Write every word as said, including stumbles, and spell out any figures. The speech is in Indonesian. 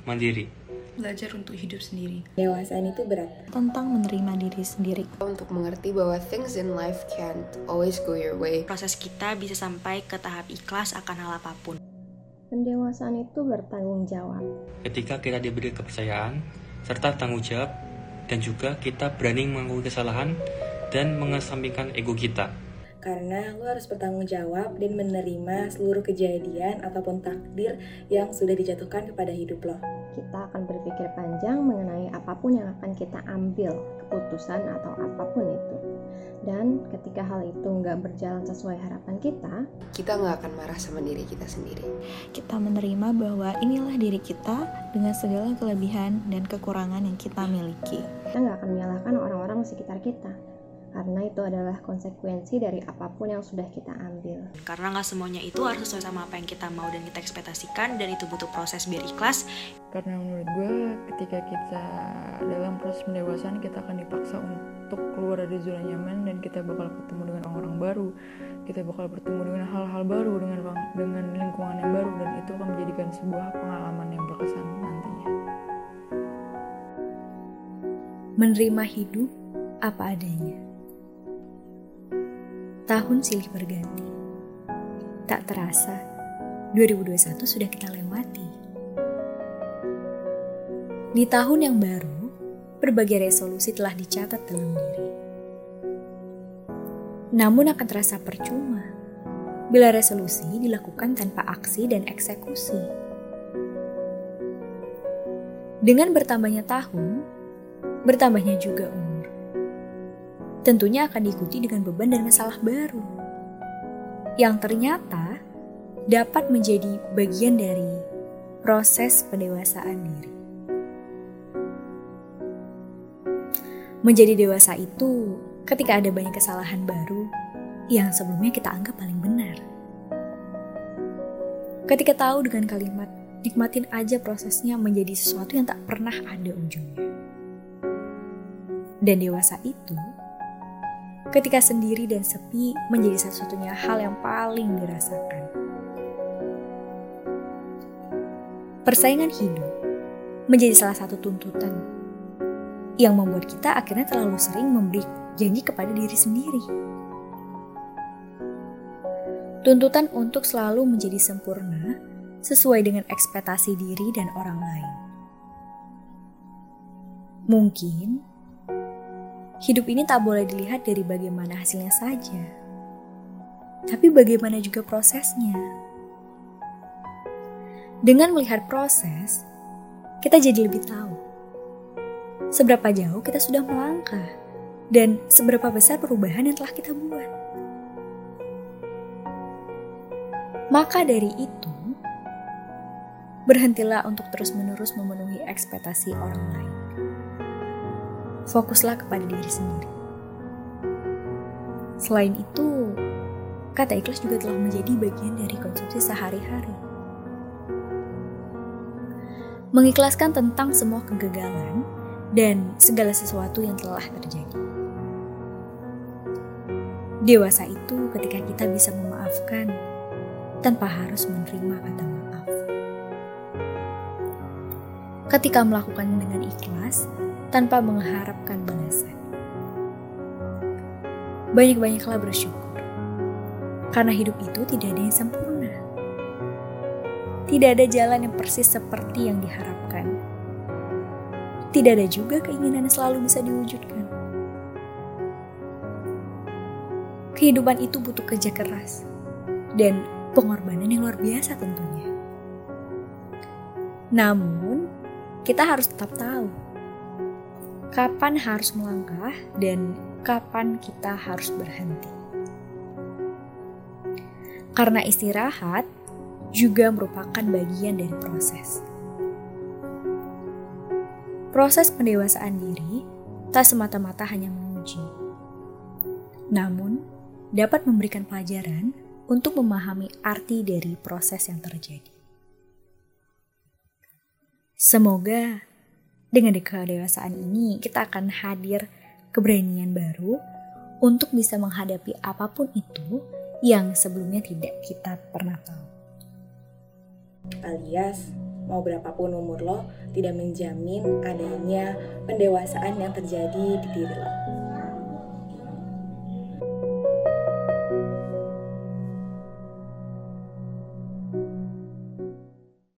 mandiri. Belajar untuk hidup sendiri. Dewasaan itu berat. Tentang menerima diri sendiri. Untuk mengerti bahwa things in life can't always go your way. Proses kita bisa sampai ke tahap ikhlas akan hal apapun. Pendewasaan itu bertanggung jawab. Ketika kita diberi kepercayaan, serta tanggung jawab, dan juga kita berani mengakui kesalahan dan mengesampingkan ego kita. Karena lo harus bertanggung jawab dan menerima seluruh kejadian ataupun takdir yang sudah dijatuhkan kepada hidup lo. Kita akan berpikir panjang mengenai apapun yang akan kita ambil, keputusan atau apapun itu. Dan ketika hal itu nggak berjalan sesuai harapan kita, kita nggak akan marah sama diri kita sendiri. Kita menerima bahwa inilah diri kita dengan segala kelebihan dan kekurangan yang kita miliki. Kita nggak akan menyalahkan orang-orang di sekitar kita, karena itu adalah konsekuensi dari apapun yang sudah kita ambil. Karena nggak semuanya itu harus sesuai sama apa yang kita mau dan kita ekspektasikan, dan itu butuh proses biar ikhlas. Karena menurut gue, ketika kita dalam proses pendewasaan, kita akan dipaksa untuk keluar dari zona nyaman, dan kita bakal ketemu dengan orang-orang baru, kita bakal bertemu dengan hal-hal baru, dengan dengan lingkungan yang baru, dan itu akan menjadikan sebuah pengalaman yang berkesan nantinya. Menerima hidup apa adanya. Tahun silih berganti. Tak terasa, dua ribu dua puluh satu sudah kita lewati. Di tahun yang baru, berbagai resolusi telah dicatat dalam diri. Namun akan terasa percuma bila resolusi dilakukan tanpa aksi dan eksekusi. Dengan bertambahnya tahun, bertambahnya juga umur. Tentunya akan diikuti dengan beban dan masalah baru, yang ternyata dapat menjadi bagian dari proses pendewasaan diri. Menjadi dewasa itu ketika ada banyak kesalahan baru yang sebelumnya kita anggap paling benar. Ketika tahu dengan kalimat, nikmatin aja prosesnya menjadi sesuatu yang tak pernah ada ujungnya. Dan dewasa itu ketika sendiri dan sepi menjadi satu-satunya hal yang paling dirasakan. Persaingan hidup menjadi salah satu tuntutan yang membuat kita akhirnya terlalu sering memberi janji kepada diri sendiri. Tuntutan untuk selalu menjadi sempurna sesuai dengan ekspektasi diri dan orang lain. Mungkin hidup ini tak boleh dilihat dari bagaimana hasilnya saja, tapi bagaimana juga prosesnya. Dengan melihat proses, kita jadi lebih tahu seberapa jauh kita sudah melangkah dan seberapa besar perubahan yang telah kita buat. Maka dari itu, berhentilah untuk terus-menerus memenuhi ekspektasi orang lain. Fokuslah kepada diri sendiri. Selain itu, kata ikhlas juga telah menjadi bagian dari konsumsi sehari-hari. Mengikhlaskan tentang semua kegagalan dan segala sesuatu yang telah terjadi. Dewasa itu ketika kita bisa memaafkan tanpa harus menerima kata maaf. Ketika melakukan dengan ikhlas tanpa mengharapkan balasan. Banyak-banyaklah bersyukur, karena hidup itu tidak ada yang sempurna. Tidak ada jalan yang persis seperti yang diharapkan. Tidak ada juga keinginan yang selalu bisa diwujudkan. Kehidupan itu butuh kerja keras dan pengorbanan yang luar biasa tentunya. Namun, kita harus tetap tahu kapan harus melangkah dan kapan kita harus berhenti. Karena istirahat juga merupakan bagian dari proses. Proses pendewasaan diri tak semata-mata hanya menguji, namun dapat memberikan pelajaran untuk memahami arti dari proses yang terjadi. Semoga dengan kedewasaan ini kita akan hadir keberanian baru untuk bisa menghadapi apapun itu yang sebelumnya tidak kita pernah tahu. Alias, mau berapapun umur lo, tidak menjamin adanya pendewasaan yang terjadi di diri lo.